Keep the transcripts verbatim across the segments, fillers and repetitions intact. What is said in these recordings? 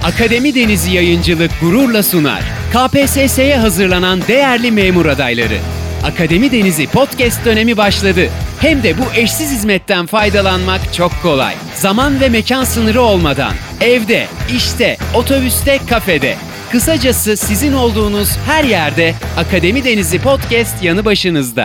Akademi Denizi Yayıncılık gururla sunar. K P S S'ye hazırlanan değerli memur adayları. Akademi Denizi podcast dönemi başladı. Hem de bu eşsiz hizmetten faydalanmak çok kolay. Zaman ve mekan sınırı olmadan. Evde, işte, otobüste, kafede. Kısacası sizin olduğunuz her yerde Akademi Denizi podcast yanı başınızda.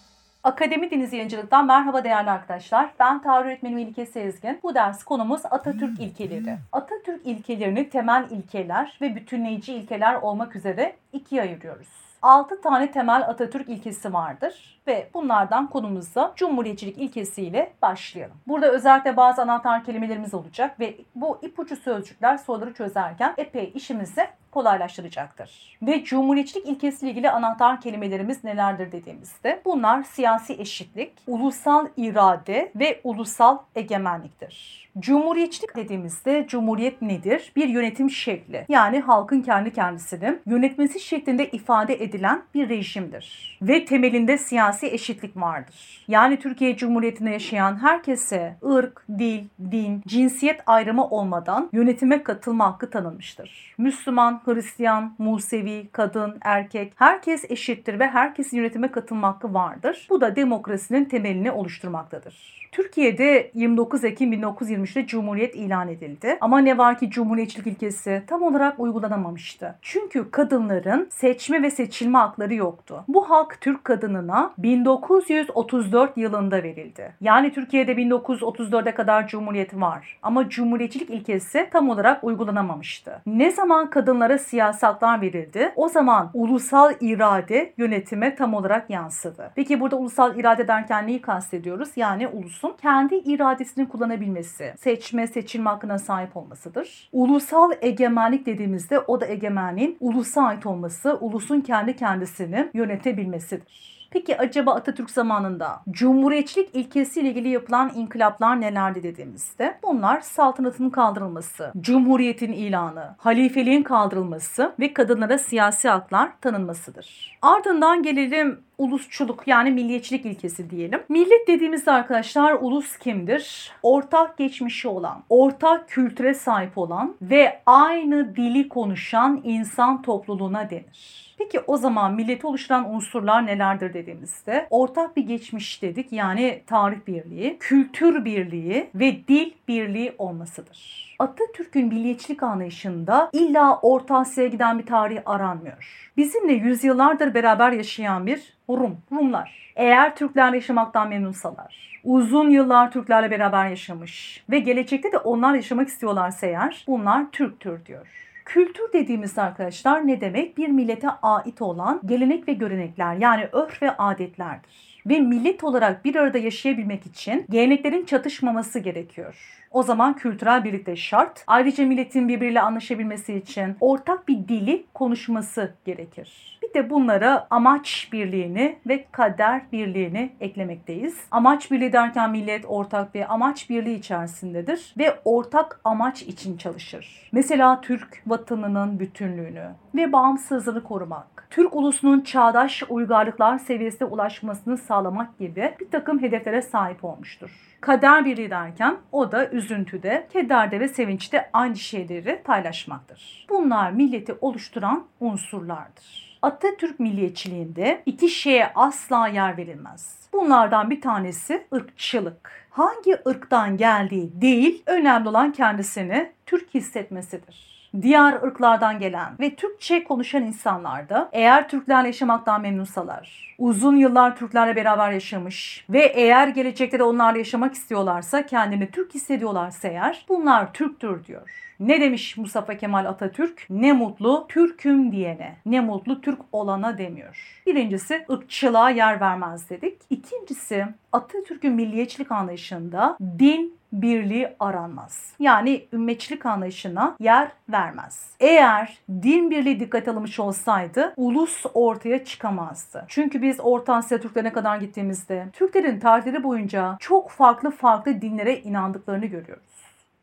Akademi Denizi Yayıncılık'tan merhaba değerli arkadaşlar. Ben tarih öğretmeni Melike Sezgin. Bu ders konumuz Atatürk ilkeleri. Atatürk ilkelerini temel ilkeler ve bütünleyici ilkeler olmak üzere ikiye ayırıyoruz. altı tane temel Atatürk ilkesi vardır ve bunlardan konumuzda Cumhuriyetçilik ilkesiyle başlayalım. Burada özellikle bazı anahtar kelimelerimiz olacak ve bu ipucu sözcükler soruları çözerken epey işimizi kolaylaştıracaktır. Ve Cumhuriyetçilik ilkesiyle ilgili anahtar kelimelerimiz nelerdir dediğimizde bunlar siyasi eşitlik, ulusal irade ve ulusal egemenliktir. Cumhuriyetçilik dediğimizde cumhuriyet nedir? Bir yönetim şekli. Yani halkın kendi kendisini yönetmesi şeklinde ifade edilen bir rejimdir. Ve temelinde siyasi eşitlik vardır. Yani Türkiye Cumhuriyeti'nde yaşayan herkese ırk, dil, din, cinsiyet ayrımı olmadan yönetime katılma hakkı tanınmıştır. Müslüman, Hristiyan, Musevi, kadın, erkek herkes eşittir ve herkesin yönetime katılma hakkı vardır. Bu da demokrasinin temelini oluşturmaktadır. Türkiye'de yirmi dokuz Ekim bin dokuz yüz yirmi üçte Cumhuriyet ilan edildi. Ama ne var ki Cumhuriyetçilik ilkesi tam olarak uygulanamamıştı. Çünkü kadınların seçme ve seçilme hakları yoktu. Bu hak Türk kadınına bin dokuz yüz otuz dört yılında verildi. Yani Türkiye'de bin dokuz yüz otuz dörde kadar Cumhuriyet var. Ama Cumhuriyetçilik ilkesi tam olarak uygulanamamıştı. Ne zaman kadınlara siyasi haklar verildi? O zaman ulusal irade yönetime tam olarak yansıdı. Peki burada ulusal irade derken neyi kastediyoruz? Yani ulus kendi iradesini kullanabilmesi, seçme, seçilme hakkına sahip olmasıdır. Ulusal egemenlik dediğimizde o da egemenliğin ulusa ait olması, ulusun kendi kendisini yönetebilmesidir. Peki acaba Atatürk zamanında Cumhuriyetçilik ilkesiyle ilgili yapılan inkılaplar nelerdi dediğimizde bunlar saltanatın kaldırılması, Cumhuriyetin ilanı, halifeliğin kaldırılması ve kadınlara siyasi haklar tanınmasıdır. Ardından gelelim ulusçuluk yani milliyetçilik ilkesi diyelim. Millet dediğimizde arkadaşlar ulus kimdir? Ortak geçmişi olan, ortak kültüre sahip olan ve aynı dili konuşan insan topluluğuna denir. Peki o zaman milleti oluşturan unsurlar nelerdir dediğimizde ortak bir geçmiş dedik yani tarih birliği, kültür birliği ve dil birliği olmasıdır. Atatürk'ün milliyetçilik anlayışında illa Orta Asya'ya giden bir tarih aranmıyor. Bizimle yüzyıllardır beraber yaşayan bir Rum, Rumlar. Eğer Türklerle yaşamaktan memnunsalar, uzun yıllar Türklerle beraber yaşamış ve gelecekte de onlar yaşamak istiyorlarsa eğer bunlar Türktür diyor. Kültür dediğimiz arkadaşlar ne demek? Bir millete ait olan gelenek ve görenekler yani örf ve adetlerdir. Ve millet olarak bir arada yaşayabilmek için geleneklerin çatışmaması gerekiyor. O zaman kültürel birlik de şart. Ayrıca milletin birbiriyle anlaşabilmesi için ortak bir dili konuşması gerekir. Bir de bunlara amaç birliğini ve kader birliğini eklemekteyiz. Amaç birliği derken millet ortak bir amaç birliği içerisindedir ve ortak amaç için çalışır. Mesela Türk vatanının bütünlüğünü ve bağımsızlığını korumak, Türk ulusunun çağdaş uygarlıklar seviyesine ulaşmasını sağlamak gibi bir takım hedeflere sahip olmuştur. Kader birliği derken o da üzüntüde, kederde ve sevinçte aynı şeyleri paylaşmaktır. Bunlar milleti oluşturan unsurlardır. Atatürk milliyetçiliğinde iki şeye asla yer verilmez. Bunlardan bir tanesi ırkçılık. Hangi ırktan geldiği değil, önemli olan kendisini Türk hissetmesidir. Diğer ırklardan gelen ve Türkçe konuşan insanlar da eğer Türklerle yaşamaktan memnunsalar, uzun yıllar Türklerle beraber yaşamış ve eğer gelecekte de onlarla yaşamak istiyorlarsa, kendini Türk hissediyorlarsa eğer bunlar Türktür diyor. Ne demiş Mustafa Kemal Atatürk? Ne mutlu Türk'üm diyene, ne mutlu Türk olana demiyor. Birincisi ırkçılığa yer vermez dedik. İkincisi Atatürk'ün milliyetçilik anlayışında din birliği aranmaz. Yani ümmetçilik anlayışına yer vermez. Eğer din birliği dikkate alınmış olsaydı ulus ortaya çıkamazdı. Çünkü biz Orta Asya Türklerine kadar gittiğimizde Türklerin tarihleri boyunca çok farklı farklı dinlere inandıklarını görüyoruz.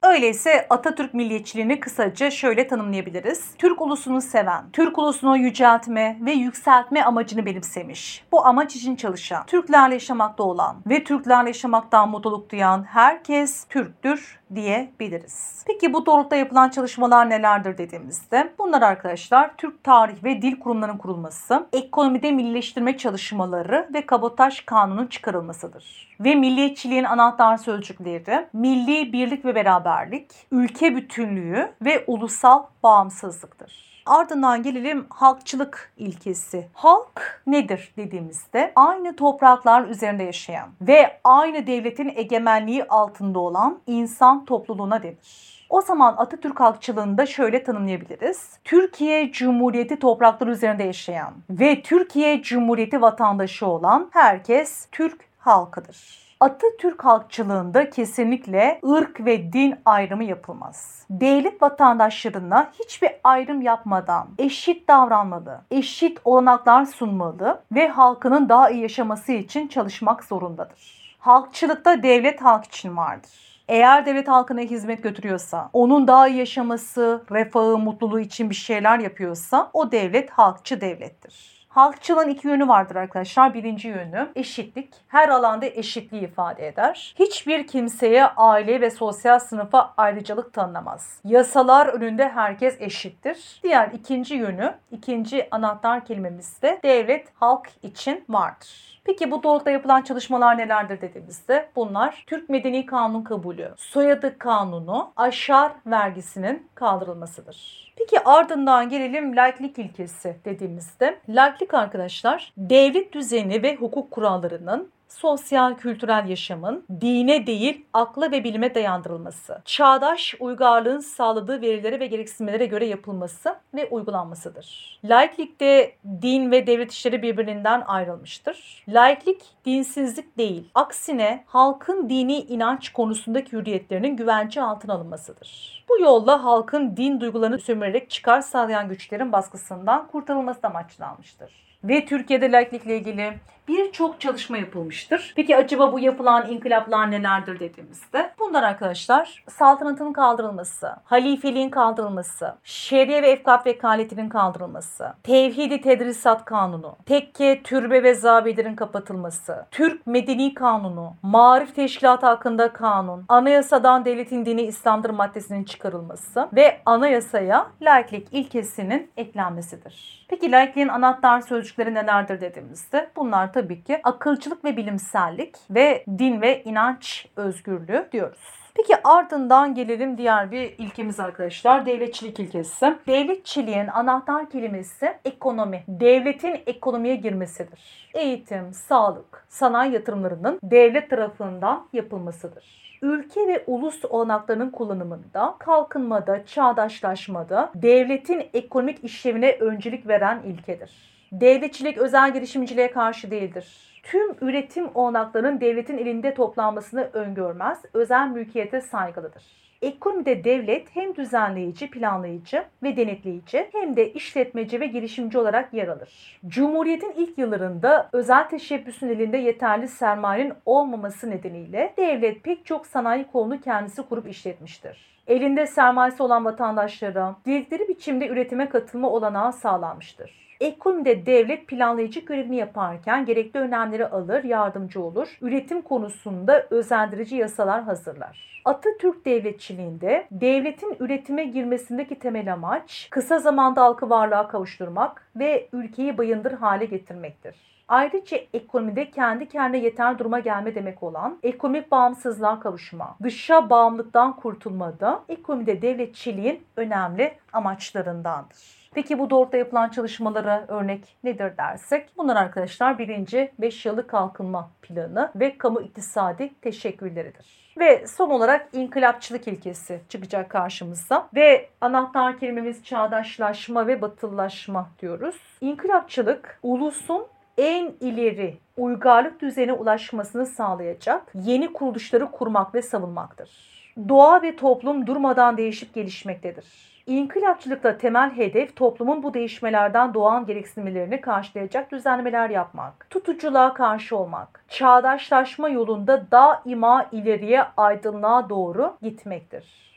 Öyleyse Atatürk milliyetçiliğini kısaca şöyle tanımlayabiliriz. Türk ulusunu seven, Türk ulusunu yüceltme ve yükseltme amacını benimsemiş. Bu amaç için çalışan, Türklerle yaşamakta olan ve Türklerle yaşamaktan mutluluk duyan herkes Türktür diyebiliriz. Peki bu doğrultuda yapılan çalışmalar nelerdir dediğimizde bunlar arkadaşlar Türk Tarih ve Dil Kurumlarının kurulması, ekonomide millileştirme çalışmaları ve kabotaj kanunun çıkarılmasıdır. Ve milliyetçiliğin anahtar sözcükleri milli birlik ve beraberlik, ülke bütünlüğü ve ulusal bağımsızlıktır. Ardından gelelim halkçılık ilkesi. Halk nedir dediğimizde aynı topraklar üzerinde yaşayan ve aynı devletin egemenliği altında olan insan topluluğuna denir. O zaman Atatürk halkçılığını da şöyle tanımlayabiliriz. Türkiye Cumhuriyeti toprakları üzerinde yaşayan ve Türkiye Cumhuriyeti vatandaşı olan herkes Türk halkıdır. Atatürk halkçılığında kesinlikle ırk ve din ayrımı yapılmaz. Devlet vatandaşlarına hiçbir ayrım yapmadan eşit davranmalı, eşit olanaklar sunmalı ve halkının daha iyi yaşaması için çalışmak zorundadır. Halkçılıkta devlet halk için vardır. Eğer devlet halkına hizmet götürüyorsa, onun daha iyi yaşaması, refahı, mutluluğu için bir şeyler yapıyorsa o devlet halkçı devlettir. Halkçılığın iki yönü vardır arkadaşlar. Birinci yönü eşitlik. Her alanda eşitliği ifade eder. Hiçbir kimseye aile ve sosyal sınıfa ayrıcalık tanımaz. Yasalar önünde herkes eşittir. Diğer ikinci yönü, ikinci anahtar kelimemiz de devlet halk için vardır. Peki bu doğrultuda yapılan çalışmalar nelerdir dediğimizde bunlar Türk Medeni Kanun kabulü, soyadı kanunu, aşar vergisinin kaldırılmasıdır. Peki ardından gelelim laiklik ilkesi dediğimizde. Laiklik arkadaşlar devlet düzeni ve hukuk kurallarının sosyal kültürel yaşamın dine değil akla ve bilime dayandırılması, çağdaş uygarlığın sağladığı verilere ve gereksinimlere göre yapılması ve uygulanmasıdır. Laiklikte din ve devlet işleri birbirinden ayrılmıştır. Laiklik dinsizlik değil, aksine halkın dini inanç konusundaki hürriyetlerinin güvence altına alınmasıdır. Bu yolla halkın din duygularını sömürerek çıkar sağlayan güçlerin baskısından kurtarılması amaçlanmıştır. Ve Türkiye'de laiklikle ilgili birçok çalışma yapılmıştır. Peki acaba bu yapılan inkılaplar nelerdir dediğimizde? Bunlar arkadaşlar saltanatın kaldırılması, halifeliğin kaldırılması, şeriye ve efkat vekaletinin kaldırılması, tevhidi tedrisat kanunu, tekke, türbe ve zabiyelerin kapatılması, Türk Medeni Kanunu, Maarif Teşkilatı hakkında kanun, anayasadan devletin dini İslam'dır maddesinin çıkarılması ve anayasaya laiklik ilkesinin eklenmesidir. Peki laikliğin anahtar sözcükleri nelerdir dediğimizde bunlar tabii ki akılcılık ve bilimsellik ve din ve inanç özgürlüğü diyoruz. Peki ardından gelelim diğer bir ilkemiz arkadaşlar. Devletçilik ilkesi. Devletçiliğin anahtar kelimesi ekonomi. Devletin ekonomiye girmesidir. Eğitim, sağlık, sanayi yatırımlarının devlet tarafından yapılmasıdır. Ülke ve ulus olanaklarının kullanımında, kalkınmada, çağdaşlaşmada devletin ekonomik işlevine öncelik veren ilkedir. Devletçilik özel girişimciliğe karşı değildir. Tüm üretim olanaklarının devletin elinde toplanmasını öngörmez, özel mülkiyete saygılıdır. Ekonomide devlet hem düzenleyici, planlayıcı ve denetleyici hem de işletmeci ve girişimci olarak yer alır. Cumhuriyetin ilk yıllarında özel teşebbüsün elinde yeterli sermayenin olmaması nedeniyle devlet pek çok sanayi kolunu kendisi kurup işletmiştir. Elinde sermayesi olan vatandaşlara diledikleri biçimde üretime katılma olanağı sağlanmıştır. Ekonomide devlet planlayıcı görevini yaparken gerekli önlemleri alır, yardımcı olur. Üretim konusunda özendirici yasalar hazırlar. Atatürk devletçiliğinde devletin üretime girmesindeki temel amaç kısa zamanda halkı varlığa kavuşturmak ve ülkeyi bayındır hale getirmektir. Ayrıca ekonomide kendi kendine yeter duruma gelme demek olan ekonomik bağımsızlığa kavuşma, dışa bağımlılıktan kurtulma da ekonomide devletçiliğin önemli amaçlarındandır. Peki bu doğrultuda yapılan çalışmalara örnek nedir dersek? Bunlar arkadaşlar birinci beş yıllık kalkınma planı ve kamu iktisadi teşekkülleridir. Ve son olarak inkılapçılık ilkesi çıkacak karşımıza. Ve anahtar kelimemiz çağdaşlaşma ve batılılaşma diyoruz. İnkılapçılık ulusun en ileri uygarlık düzeyine ulaşmasını sağlayacak yeni kuruluşları kurmak ve savunmaktır. Doğa ve toplum durmadan değişip gelişmektedir. İnkılapçılıkta temel hedef toplumun bu değişmelerden doğan gereksinimlerini karşılayacak düzenlemeler yapmak, tutuculuğa karşı olmak, çağdaşlaşma yolunda daima ileriye aydınlığa doğru gitmektir.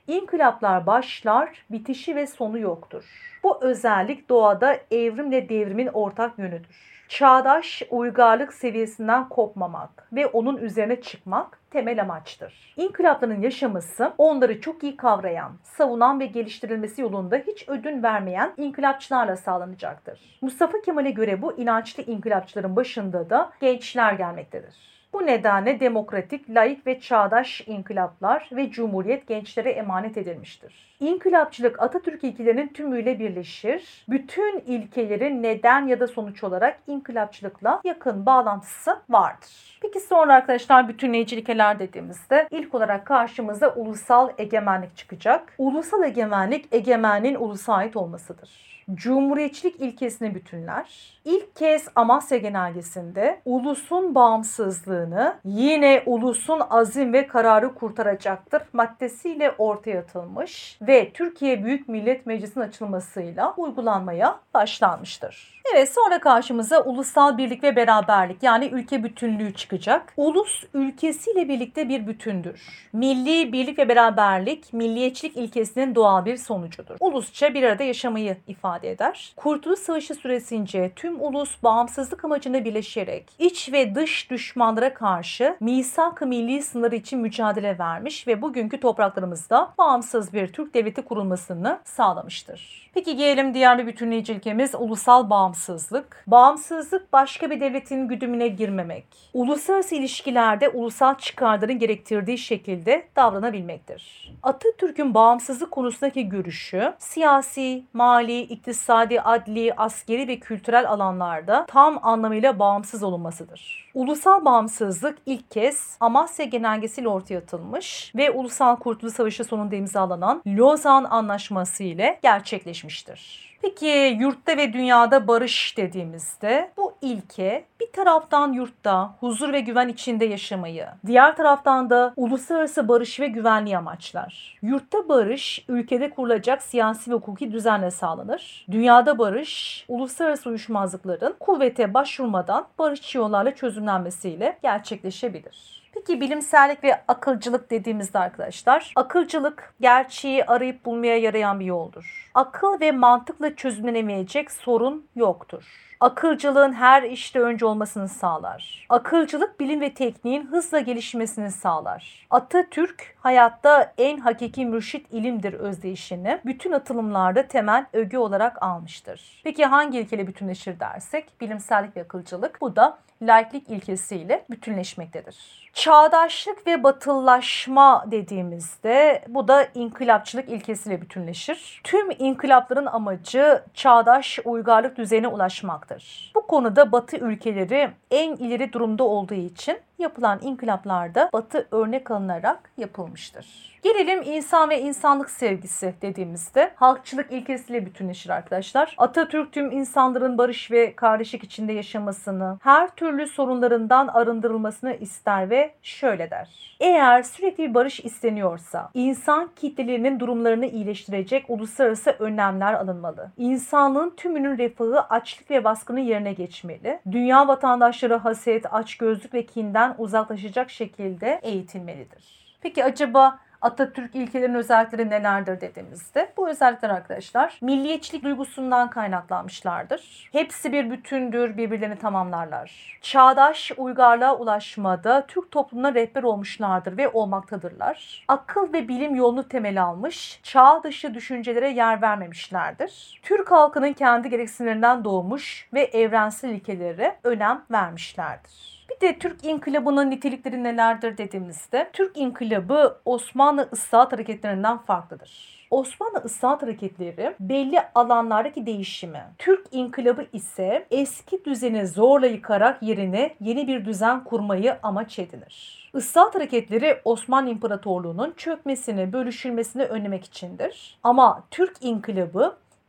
İnkılaplar başlar, bitişi ve sonu yoktur. Bu özellik doğada evrimle devrimin ortak yönüdür. Çağdaş uygarlık seviyesinden kopmamak ve onun üzerine çıkmak temel amaçtır. İnkılapların yaşaması onları çok iyi kavrayan, savunan ve geliştirilmesi yolunda hiç ödün vermeyen inkılapçılarla sağlanacaktır. Mustafa Kemal'e göre bu inançlı inkılapçıların başında da gençler gelmektedir. Bu nedenle demokratik, laik ve çağdaş inkılaplar ve cumhuriyet gençlere emanet edilmiştir. İnkılapçılık Atatürk ilkelerinin tümüyle birleşir. Bütün ilkelerin neden ya da sonuç olarak inkılapçılıkla yakın bağlantısı vardır. Peki sonra arkadaşlar bütünleyici ilkeler dediğimizde ilk olarak karşımıza ulusal egemenlik çıkacak. Ulusal egemenlik egemenliğin ulusa ait olmasıdır. Cumhuriyetçilik ilkesini bütünler. İlk kez Amasya Genelgesi'nde ulusun bağımsızlığını yine ulusun azim ve kararı kurtaracaktır maddesiyle ortaya atılmış ve Türkiye Büyük Millet Meclisi'nin açılmasıyla uygulanmaya başlanmıştır. Evet, sonra karşımıza ulusal birlik ve beraberlik yani ülke bütünlüğü çıkacak. Ulus ülkesiyle birlikte bir bütündür. Milli birlik ve beraberlik milliyetçilik ilkesinin doğal bir sonucudur. Ulusça bir arada yaşamayı ifade eder. Kurtuluş Savaşı süresince tüm ulus bağımsızlık amacına birleşerek iç ve dış düşmanlara karşı misak-ı milli sınırı için mücadele vermiş ve bugünkü topraklarımızda bağımsız bir Türk devleti kurulmasını sağlamıştır. Peki gelelim diğer bir bütünleyici ilkemiz ulusal bağımsızlık. Bağımsızlık başka bir devletin güdümüne girmemek. Uluslararası ilişkilerde ulusal çıkarların gerektirdiği şekilde davranabilmektir. Atatürk'ün bağımsızlık konusundaki görüşü siyasi, mali, iktisadi, adli, askeri ve kültürel alanlarda tam anlamıyla bağımsız olunmasıdır. Ulusal bağımsızlık ilk kez Amasya Genelgesi ile ortaya atılmış ve Ulusal Kurtuluş Savaşı sonunda imzalanan Lozan Anlaşması ile gerçekleşmiştir. Peki yurtta ve dünyada barış dediğimizde bu ilke bir taraftan yurtta huzur ve güven içinde yaşamayı, diğer taraftan da uluslararası barış ve güvenliği amaçlar. Yurtta barış ülkede kurulacak siyasi ve hukuki düzenle sağlanır. Dünyada barış uluslararası uyuşmazlıkların kuvvete başvurmadan barışçı yollarla çözümlenmesiyle gerçekleşebilir. Peki bilimsellik ve akılcılık dediğimizde arkadaşlar, akılcılık gerçeği arayıp bulmaya yarayan bir yoldur. Akıl ve mantıkla çözümlenemeyecek sorun yoktur. Akılcılığın her işte önce olmasını sağlar. Akılcılık bilim ve tekniğin hızla gelişmesini sağlar. Atatürk hayatta en hakiki mürşit ilimdir özdeyişini bütün atılımlarda temel öge olarak almıştır. Peki hangi ilkeyle bütünleşir dersek bilimsellik ve akılcılık, bu da laiklik ilkesiyle bütünleşmektedir. Çağdaşlık ve batılılaşma dediğimizde bu da inkılapçılık ilkesiyle bütünleşir. Tüm inkılapların amacı çağdaş uygarlık düzeyine ulaşmaktır. Bu konuda Batı ülkeleri en ileri durumda olduğu için yapılan inkılaplarda Batı örnek alınarak yapılmıştır. Gelelim insan ve insanlık sevgisi dediğimizde halkçılık ilkesiyle bütünleşir arkadaşlar. Atatürk tüm insanların barış ve kardeşlik içinde yaşamasını, her türlü sorunlarından arındırılmasını ister ve şöyle der. Eğer sürekli bir barış isteniyorsa insan kitlelerinin durumlarını iyileştirecek uluslararası önlemler alınmalı. İnsanlığın tümünün refahı açlık ve baskının yerine geçmeli. Dünya vatandaşları haset, açgözlük ve kinden uzaklaşacak şekilde eğitilmelidir. Peki acaba Atatürk ilkelerinin özellikleri nelerdir dediğimizde bu özellikler arkadaşlar milliyetçilik duygusundan kaynaklanmışlardır. Hepsi bir bütündür, birbirlerini tamamlarlar. Çağdaş uygarlığa ulaşmada Türk toplumuna rehber olmuşlardır ve olmaktadırlar. Akıl ve bilim yolunu temel almış, çağ dışı düşüncelere yer vermemişlerdir. Türk halkının kendi gereksinimlerinden doğmuş ve evrensel ilkelere önem vermişlerdir. Bir de Türk İnkılabı'nın nitelikleri nelerdir dediğimizde Türk İnkılabı Osmanlı ıslahat hareketlerinden farklıdır. Osmanlı ıslahat hareketleri belli alanlardaki değişimi, Türk İnkılabı ise eski düzeni zorla yıkarak yerine yeni bir düzen kurmayı amaç edinir. Islahat hareketleri Osmanlı İmparatorluğu'nun çökmesini, bölüşülmesini önlemek içindir. Ama Türk İnkılabı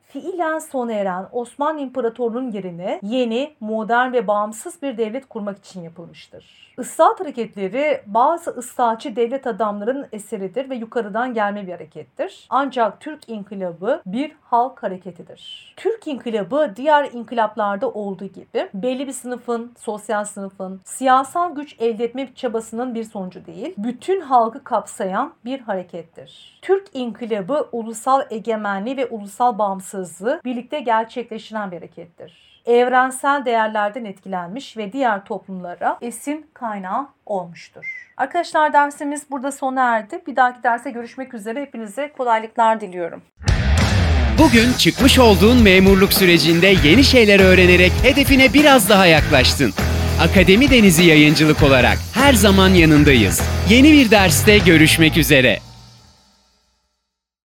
fiilen sona eren Osmanlı İmparatorluğu'nun yerine yeni, modern ve bağımsız bir devlet kurmak için yapılmıştır. Islahat hareketleri bazı ıslahatçı devlet adamlarının eseridir ve yukarıdan gelme bir harekettir. Ancak Türk İnkılabı bir halk hareketidir. Türk İnkılabı diğer inkılaplarda olduğu gibi belli bir sınıfın, sosyal sınıfın, siyasal güç elde etme çabasının bir sonucu değil, bütün halkı kapsayan bir harekettir. Türk İnkılabı ulusal egemenliği ve ulusal bağımsızlığı birlikte gerçekleştiren bir harekettir. Evrensel değerlerden etkilenmiş ve diğer toplumlara esin kaynağı olmuştur. Arkadaşlar, dersimiz burada sona erdi. Bir dahaki derse görüşmek üzere. Hepinize kolaylıklar diliyorum. Bugün çıkmış olduğun memurluk sürecinde yeni şeyler öğrenerek hedefine biraz daha yaklaştın. Akademi Denizi Yayıncılık olarak her zaman yanındayız. Yeni bir derste görüşmek üzere.